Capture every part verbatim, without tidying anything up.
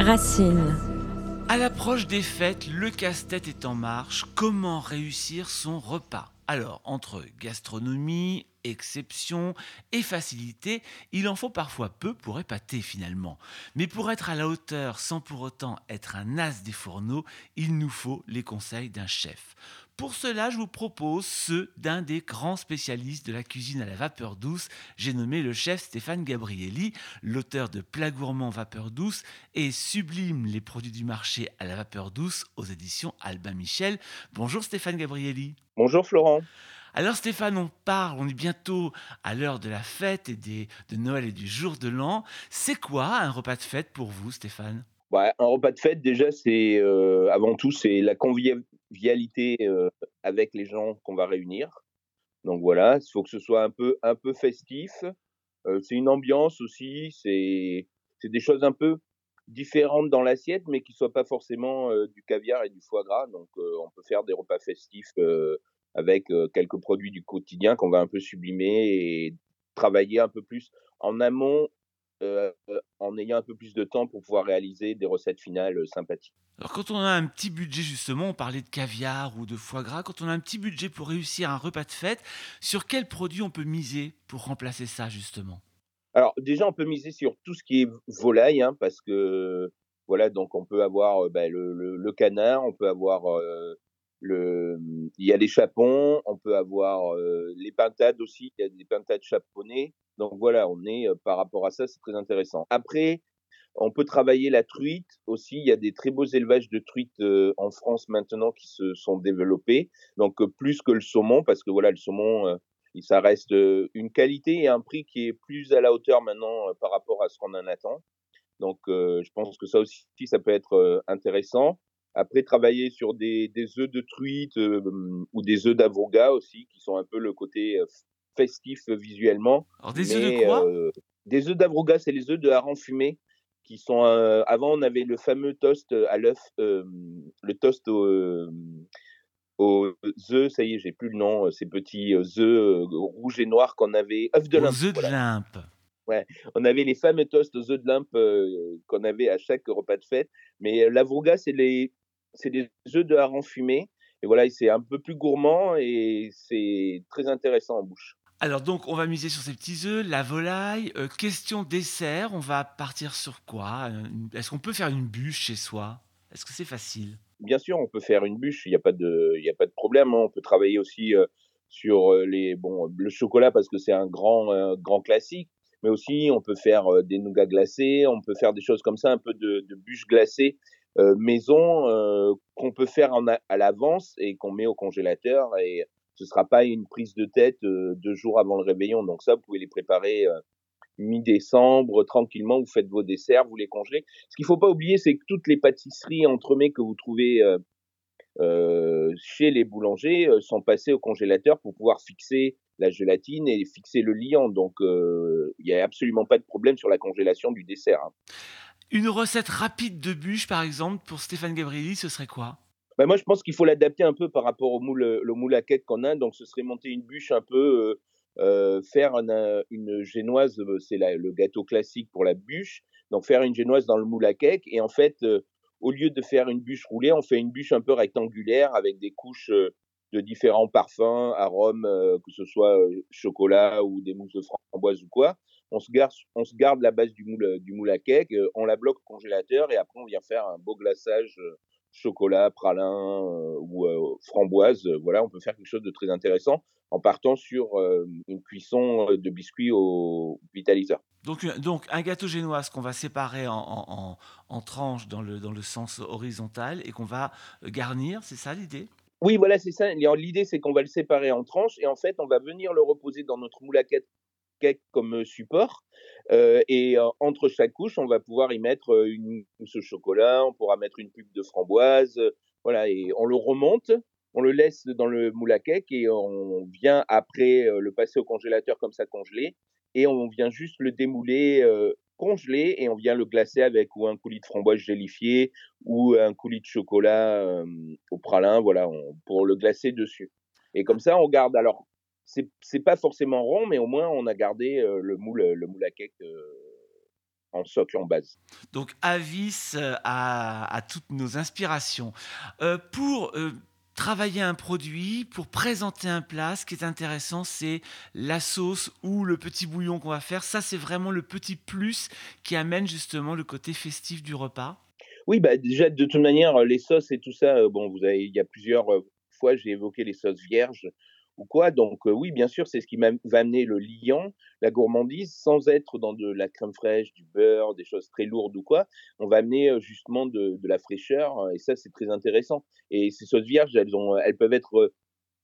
Racine. À l'approche des fêtes, le casse-tête est en marche. Comment réussir son repas? Alors, entre gastronomie, exception et facilité, il en faut parfois peu pour épater finalement. Mais pour être à la hauteur sans pour autant être un as des fourneaux, il nous faut les conseils d'un chef. Pour cela, je vous propose ceux d'un des grands spécialistes de la cuisine à la vapeur douce. J'ai nommé le chef Stéphane Gabrielli, l'auteur de Plats gourmands vapeur douce et Sublime les produits du marché à la vapeur douce aux éditions Albin Michel. Bonjour Stéphane Gabrielli. Bonjour Florent. Alors Stéphane, on parle, on est bientôt à l'heure de la fête et des, de Noël et du jour de l'an. C'est quoi un repas de fête pour vous Stéphane? Bah, un repas de fête déjà c'est, heu, avant tout c'est la convivialité, heu, avec les gens qu'on va réunir. Donc voilà, il faut que ce soit un peu un peu festif, heu, c'est une ambiance aussi, c'est c'est des choses un peu différentes dans l'assiette, mais qui soient pas forcément, heu, du caviar et du foie gras. Donc heu, on peut faire des repas festifs, heu, avec, heu, quelques produits du quotidien qu'on va un peu sublimer et travailler un peu plus en amont, heu, en ayant un peu plus de temps pour pouvoir réaliser des recettes finales, heu, sympathiques. Alors quand on a un petit budget justement, on parlait de caviar ou de foie gras, quand on a un petit budget pour réussir un repas de fête, sur quel produit on peut miser pour remplacer ça justement? Alors déjà, on peut miser sur tout ce qui est v volaille, hein, parce que voilà, donc on peut avoir, heu, bah, le le le canard, on peut avoir, heu, le, mmh, il y a les chapons, on peut avoir, heu, les pintades aussi, il y a des pintades chaponnées. Donc voilà, on est, heu, par rapport à ça, c'est très intéressant. Après, on peut travailler la truite aussi, il y a des très beaux élevages de truites, heu, en France maintenant qui se sont développés. Donc, heu, plus que le saumon parce que voilà, le saumon, heu, il ça reste, heu, une qualité et un prix qui est plus à la hauteur maintenant, heu, par rapport à ce qu'on en attend. Donc, heu, je pense que ça aussi, ça peut être, heu, intéressant. Après travailler sur des des œufs de truite, hem, ou des œufs d'avocat aussi qui sont un peu le côté, heu, f festif, heu, visuellement. Alors des œufs de Mais, quoi? heu, des œufs d'avocat, c'est les œufs de hareng fumé qui sont, heu avant on avait le fameux toast, heu, à l'œuf, hem, le toast au, hem, aux œufs, ça y est, j'ai plus le nom, heu, ces petits, heu, œufs, heu, rouges et noirs qu'on avait œufs de Aux Limpe, œufs de voilà. limpe. Ouais, on avait les fameux toasts aux œufs de Limpe, heu, qu'on avait à chaque repas de fête. Mais, heu, l'avocat, c'est les c'est des œufs de hareng fumé et voilà et c'est un peu plus gourmand et c'est très intéressant en bouche. Alors donc on va miser sur ces petits œufs, la volaille. Heu, question dessert, on va partir sur quoi? Heu, une est-ce qu'on peut faire une bûche chez soi? Est-ce que c'est facile? Bien sûr, on peut faire une bûche, il y a pas de il y a pas de problème, hein. On peut travailler aussi, heu, sur, heu, les bon, le chocolat parce que c'est un grand, heu, grand classique, mais aussi on peut faire, heu, des nougats glacés, on peut faire des choses comme ça, un peu de de bûches glacées, heu, maison, heu, qu'on peut faire en a à l'avance et qu'on met au congélateur et ce sera pas une prise de tête, heu, deux jours avant le réveillon. Donc ça, vous pouvez les préparer, heu, mi-décembre, tranquillement, vous faites vos desserts, vous les congelez. Ce qu'il faut pas oublier, c'est que toutes les pâtisseries entremets que vous trouvez, heu heu, chez les boulangers, heu, sont passées au congélateur pour pouvoir fixer la gélatine et fixer le liant. Donc heu, il y a absolument pas de problème sur la congélation du dessert, hein. Une recette rapide de bûche par exemple pour Stéphane Gabrielli, ce serait quoi? Bah, moi, je pense qu'il faut l'adapter un peu par rapport au moule, heu, le moule à cake qu'on a. Donc ce serait monter une bûche un peu, heu heu, faire un un une génoise, heu, c'est la le gâteau classique pour la bûche. Donc faire une génoise dans le moule à cake et en fait, heu, au lieu de faire une bûche roulée, on fait une bûche un peu rectangulaire avec des couches, heu, de différents parfums, arômes, heu, que ce soit, heu, chocolat ou des mousses de framboise ou quoi. On se garde on se garde la base du moule, heu, du moule à cake, heu, on la bloque au congélateur et après on vient faire un beau glaçage, heu, chocolat, pralin, heu, ou, heu, framboise, heu, voilà, on peut faire quelque chose de très intéressant en partant sur, hem, une cuisson, heu, de biscuits au vitaliseur. Donc heu, donc un gâteau génoise qu'on va séparer en en en en tranches dans le dans le sens horizontal et qu'on va, heu, garnir, c'est ça l'idée? Oui, voilà, c'est ça. L'i l'idée, c'est qu'on va le séparer en tranches et en fait, on va venir le reposer dans notre moule à cake cake comme, heu, support, heu et heu, entre chaque couche, on va pouvoir y mettre, heu, une mousse au chocolat, on pourra mettre une pulpe de framboise, heu, voilà et on le remonte, on le laisse dans le moule à cake et on vient après, heu, le passer au congélateur comme ça congelé et on vient juste le démouler, heu, congelé et on vient le glacer avec ou un coulis de framboise gélifié ou un coulis de chocolat, hem, au pralin, voilà, on pour le glacer dessus et comme ça, on garde alors c'est c'est pas forcément rond, mais au moins on a gardé, heu, le moule, heu, le moule à cake, heu en socle, en base. Donc avis, heu, à à toutes nos inspirations. Heu, pour, heu, travailler un produit, pour présenter un plat, ce qui est intéressant, c'est la sauce ou le petit bouillon qu'on va faire. Ça, c'est vraiment le petit plus qui amène justement le côté festif du repas? Oui, bah, déjà, de toute manière, heu, les sauces et tout ça, heu, bon, vous avez il y a plusieurs, heu, fois, j'ai évoqué les sauces vierges ou quoi, donc heu, oui, bien sûr, c'est ce qui m'am va amener le liant, la gourmandise, sans être dans de la crème fraîche, du beurre, des choses très lourdes ou quoi. On va amener, heu, justement de de la fraîcheur, heu et ça, c'est très intéressant et ces sauces vierges, elles ont elles peuvent être, heu,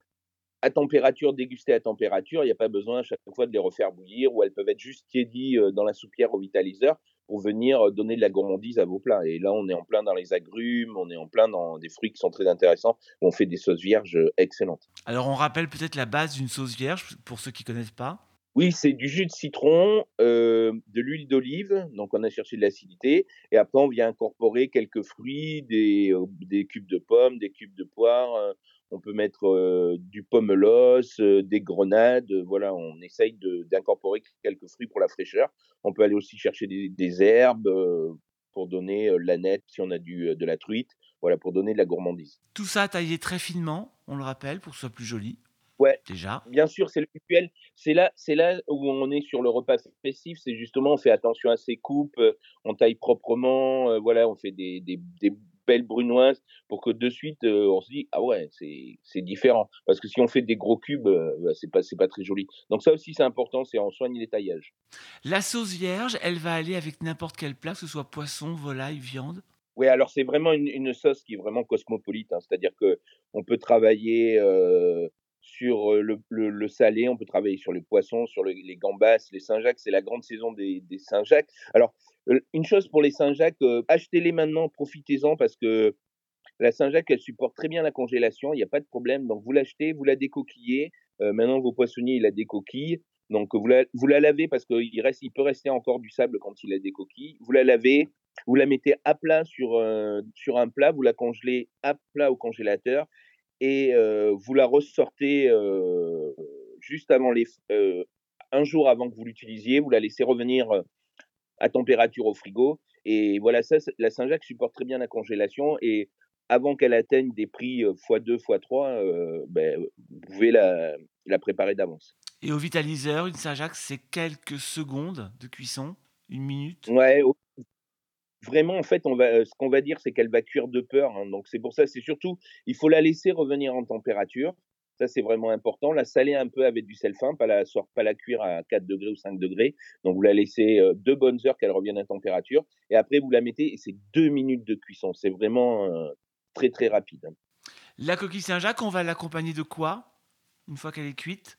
à température, dégustées à température. Il y a pas besoin à chaque fois de les refaire bouillir ou elles peuvent être juste tiédies, heu, dans la soupière au vitaliseur pour venir, heu, donner de la gourmandise à vos plats et là, on est en plein dans les agrumes, on est en plein dans des fruits qui sont très intéressants. On fait des sauces vierges, heu, excellentes. Alors on rappelle peut-être la base d'une sauce vierge pour ceux qui connaissent pas? Oui, c'est du jus de citron, heu, de l'huile d'olive, donc on a cherché de l'acidité et après on vient incorporer quelques fruits, des, heu, des cubes de pommes, des cubes de poires, heu, on peut mettre, heu, du pomelos, heu, des grenades, heu, voilà, on essaye de d'incorporer quelques fruits pour la fraîcheur. On peut aller aussi chercher des des herbes, heu, pour donner, heu, l'aneth si on a du, heu, de la truite, voilà, pour donner de la gourmandise. Tout ça taillé très finement, on le rappelle, pour que ce soit plus joli, Ouais, déjà. bien sûr, c'est le rituel. C'est là c'est là où on est sur le repas festif, c'est justement on fait attention à ses coupes, heu, on taille proprement, heu, voilà, on fait des des des belles brunoises pour que de suite, heu, on se dit: «Ah ouais, c'est c'est différent». Parce que si on fait des gros cubes, heu, bah, c'est pas c'est pas très joli. Donc ça aussi c'est important, c'est on soigne les taillages. La sauce vierge, elle va aller avec n'importe quel plat, que ce soit poisson, volaille, viande? Ouais, alors c'est vraiment une une sauce qui est vraiment cosmopolite, hein. C'est-à-dire qu'on peut travailler, heu, sur, heu, le le le salé, on peut travailler sur les poissons, sur le les gambas, les Saint-Jacques, c'est la grande saison des des Saint-Jacques. Alors, heu, une chose pour les Saint-Jacques, heu, achetez-les maintenant, profitez-en parce que la Saint-Jacques, elle supporte très bien la congélation, il y a pas de problème. Donc vous l'achetez, vous la décoquillez, heu, maintenant vos poissonniers, ils la décoquillent. Donc vous la vous la lavez parce qu'il reste il peut rester encore du sable quand il la décoquille. Vous la lavez, vous la mettez à plat sur, heu, sur un plat, vous la congelez à plat au congélateur et heu, vous la ressortez, heu, juste avant les f heu, un jour avant que vous l'utilisiez. Vous la laissez revenir, heu, à température au frigo et voilà, ça, c'est la Saint-Jacques supporte très bien la congélation et avant qu'elle atteigne des prix, heu, fois deux, fois trois, heu, beh, vous pouvez la la préparer d'avance. Et au vitaliseur, une Saint-Jacques, c'est quelques secondes de cuisson? Une minute? Ouais, au vraiment, en fait, on va, heu, ce qu'on va dire, c'est qu'elle va cuire de peur, hein, donc c'est pour ça, c'est surtout il faut la laisser revenir en température. Ça, c'est vraiment important. La saler un peu avec du sel fin, pas la sor pas la cuire à quatre degrés ou cinq degrés. Donc vous la laissez, heu, deux bonnes heures qu'elle revienne à température et après vous la mettez et c'est deux minutes de cuisson. C'est vraiment, heu, très, très rapide, hein. La coquille Saint-Jacques, on va l'accompagner de quoi? Une fois qu'elle est cuite?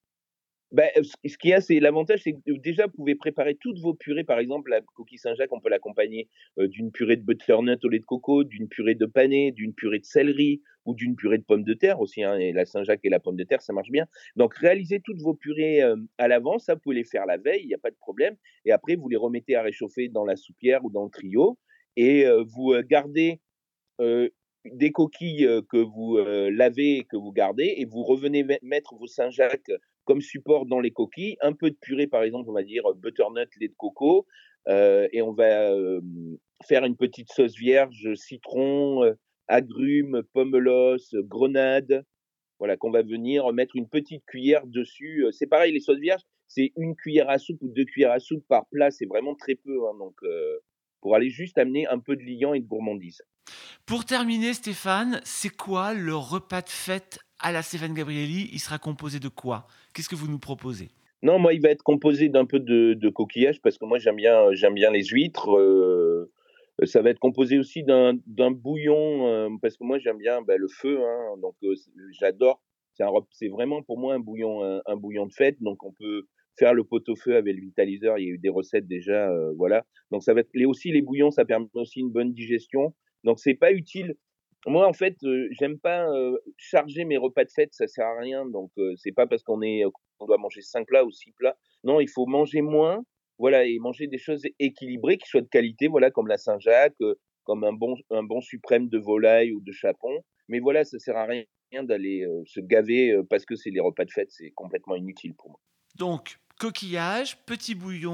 Bah, heu, ce ce qu'il y a, c'est l'avantage, c'est que euh, déjà, vous pouvez préparer toutes vos purées. Par exemple, la coquille Saint-Jacques, on peut l'accompagner, heu, d'une purée de butternut au lait de coco, d'une purée de panais, d'une purée de céleri ou d'une purée de pommes de terre aussi, hein et la Saint-Jacques et la pomme de terre, ça marche bien. Donc réalisez toutes vos purées, hem, à l'avance, ça, vous pouvez les faire la veille, il y a pas de problème et après vous les remettez à réchauffer dans la soupière ou dans le trio et heu, vous, heu, gardez heu, des coquilles, heu, que vous, heu, lavez et que vous gardez et vous revenez met mettre vos Saint-Jacques comme support dans les coquilles. Un peu de purée, par exemple, on va dire, butternut, lait de coco, heu et on va, hem, faire une petite sauce vierge, citron, heu, agrumes, pomelos, grenade, voilà, qu'on va venir mettre une petite cuillère dessus, heu, c'est pareil, les sauces vierges, c'est une cuillère à soupe ou deux cuillères à soupe par plat, c'est vraiment très peu, hein, donc heu, pour aller juste amener un peu de liant et de gourmandise. Pour terminer, Stéphane, c'est quoi le repas de fête à la Stéphane Gabrielli? Il sera composé de quoi? Qu'est-ce que vous nous proposez? Non, moi, il va être composé d'un peu de de coquillage parce que moi j'aime bien, j'aime bien les huîtres, heu, ça va être composé aussi d'un d'un bouillon, heu, parce que moi j'aime bien, bah, le feu, hein, donc heu, c j'adore. C'est un rep c'est vraiment pour moi un bouillon, un un bouillon de fête, donc on peut faire le pot-au-feu avec le vitaliseur. Il y a eu des recettes déjà, heu, voilà. Donc ça va être et aussi les bouillons, ça permet aussi une bonne digestion. Donc c'est pas utile moi, en fait, heu, j'aime pas, heu, charger mes repas de fête, ça sert à rien, donc heu, c'est pas parce qu'on est, heu, qu'on doit manger cinq plats ou six plats. Non, il faut manger moins, voilà et manger des choses équilibrées qui soient de qualité, voilà, comme la Saint-Jacques, heu, comme un bon un bon suprême de volaille ou de chapon. Mais voilà, ça sert à rien d'aller, heu, se gaver, heu, parce que c'est les repas de fête, c'est complètement inutile pour moi. Donc, coquillage, petit bouillon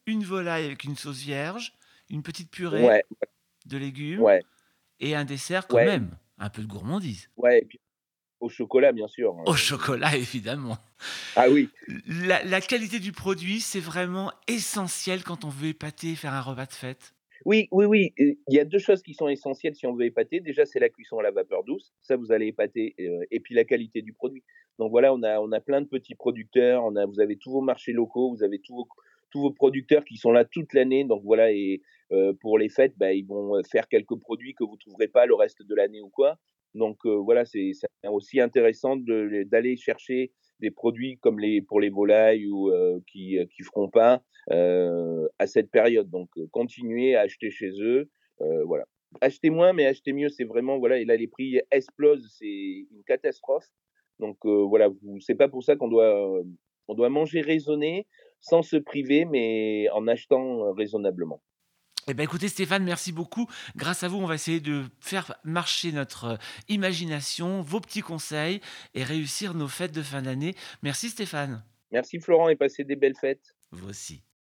une volaille avec une sauce vierge, une petite purée Ouais, de légumes ouais, et un dessert quand ouais, même, un peu de gourmandise. ouais et puis au chocolat, bien sûr, Au heu, chocolat évidemment. ah oui, La la qualité du produit, c'est vraiment essentiel quand on veut épater et faire un repas de fête? oui, oui, oui, heu, il y a deux choses qui sont essentielles si on veut épater. Déjà, c'est la cuisson à la vapeur douce, ça vous allez épater, heu et puis la qualité du produit. Donc voilà, on a on a plein de petits producteurs, on a vous avez tous vos marchés locaux, vous avez tous vos tous vos producteurs qui sont là toute l'année, donc voilà et heu, pour les fêtes, bah, ils vont, heu, faire quelques produits que vous trouverez pas le reste de l'année ou quoi. Donc heu, voilà, c'est c'est aussi intéressant de d'aller chercher des produits comme les pour les volailles ou heu, qui, heu, qui feront pain, heu, à cette période. Donc, heu, continuez à acheter chez eux, heu, voilà. Achetez moins, mais achetez mieux, c'est vraiment voilà et là les prix explosent, c'est une catastrophe. Donc, heu, voilà, vous c'est pas pour ça qu'on doit, heu, on doit manger raisonné, sans se priver, mais en achetant, heu, raisonnablement. Eh ben, écoutez Stéphane, merci beaucoup. Grâce à vous, on va essayer de faire marcher notre, heu, imagination, vos petits conseils et réussir nos fêtes de fin d'année. Merci Stéphane. Merci Florent et passez des belles fêtes. Vous aussi.